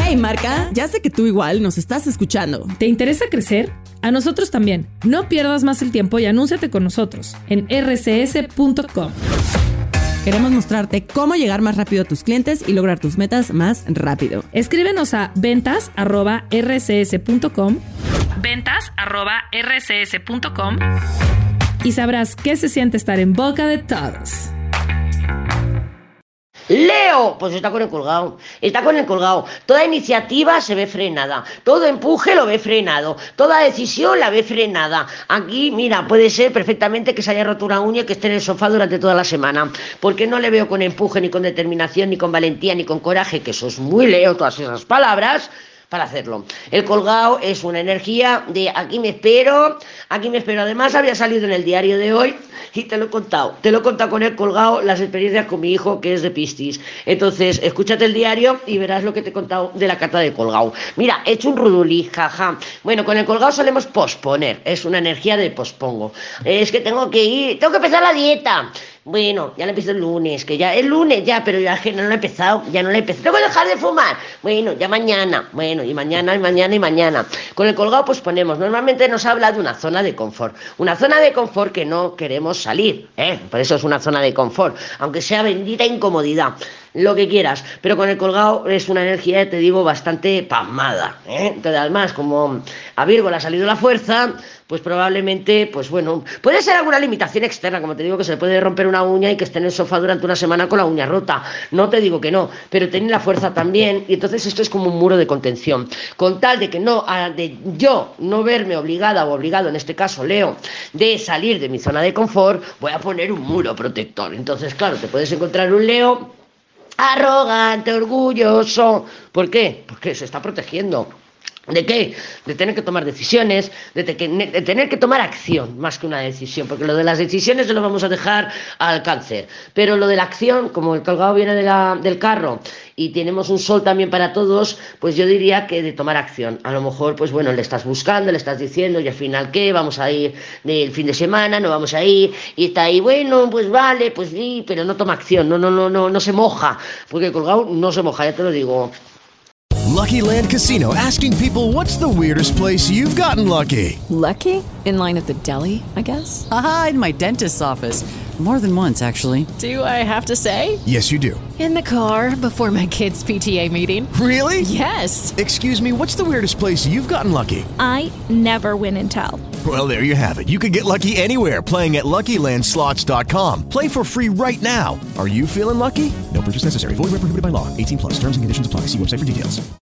Hey marca, ya sé que tú igual nos estás escuchando. ¿Te interesa crecer? A nosotros también. No pierdas más el tiempo y anúnciate con nosotros en rcs.com. Queremos mostrarte cómo llegar más rápido a tus clientes y lograr tus metas más rápido. Escríbenos a ventas@rcs.com ventas@rcs.com y sabrás qué se siente estar en boca de todos. Leo, pues está con el colgado, Toda iniciativa se ve frenada, todo empuje lo ve frenado, toda decisión la ve frenada. Aquí, mira, puede ser perfectamente que se haya roto una uña y que esté en el sofá durante toda la semana, porque no le veo con empuje, ni con determinación, ni con valentía, ni con coraje, que eso es muy Leo, todas esas palabras, para hacerlo. El colgado es una energía de aquí me espero. Además había salido en el diario de hoy y te lo he contado con el colgado, las experiencias con mi hijo que es de Piscis. Entonces escúchate el diario y verás lo que te he contado de la carta del colgado. Mira, he hecho un rudulí, jaja. Bueno, con el colgado solemos posponer, es una energía de pospongo. Es que tengo que empezar la dieta. Bueno, ya la empiezo el lunes, que ya es lunes ya, pero ya no lo he empezado, Tengo que dejar de fumar. Bueno, ya mañana. Bueno, y mañana. Con el colgado pues ponemos, normalmente nos habla de una zona de confort. Una zona de confort que no queremos salir, por eso es una zona de confort, aunque sea bendita incomodidad. Lo que quieras, pero con el colgado es una energía, te digo, bastante pasmada, Entonces, además, como a Virgo le ha salido la fuerza, pues probablemente, pues bueno, puede ser alguna limitación externa, como te digo, que se le puede romper una uña y que esté en el sofá durante una semana con la uña rota, no te digo que no, pero tiene la fuerza también, y entonces esto es como un muro de contención, con tal de que de yo no verme obligada o obligado, en este caso Leo, de salir de mi zona de confort, voy a poner un muro protector. Entonces, claro, te puedes encontrar un Leo arrogante, orgulloso. ¿Por qué? Porque se está protegiendo. ¿De qué? De tener que tomar decisiones, de tener que tomar acción más que una decisión, porque lo de las decisiones se lo vamos a dejar al cáncer, pero lo de la acción, como el colgado viene del carro y tenemos un sol también para todos, pues yo diría que de tomar acción. A lo mejor, pues bueno, le estás buscando, le estás diciendo, y al final, ¿qué? Vamos a ir del fin de semana, no vamos a ir, y está ahí, bueno, pues vale, pues sí, pero no toma acción, no se moja, porque el colgado no se moja, ya te lo digo. Lucky Land Casino, asking people, what's the weirdest place you've gotten lucky? Lucky? In line at the deli, I guess? Aha, in my dentist's office. More than once, actually. Do I have to say? Yes, you do. In the car before my kids' PTA meeting. Really? Yes. Excuse me, what's the weirdest place you've gotten lucky? I never win and tell. Well, there you have it. You can get lucky anywhere, playing at LuckyLandSlots.com. Play for free right now. Are you feeling lucky? No purchase necessary. Void where prohibited by law. 18+. Terms and conditions apply. See website for details.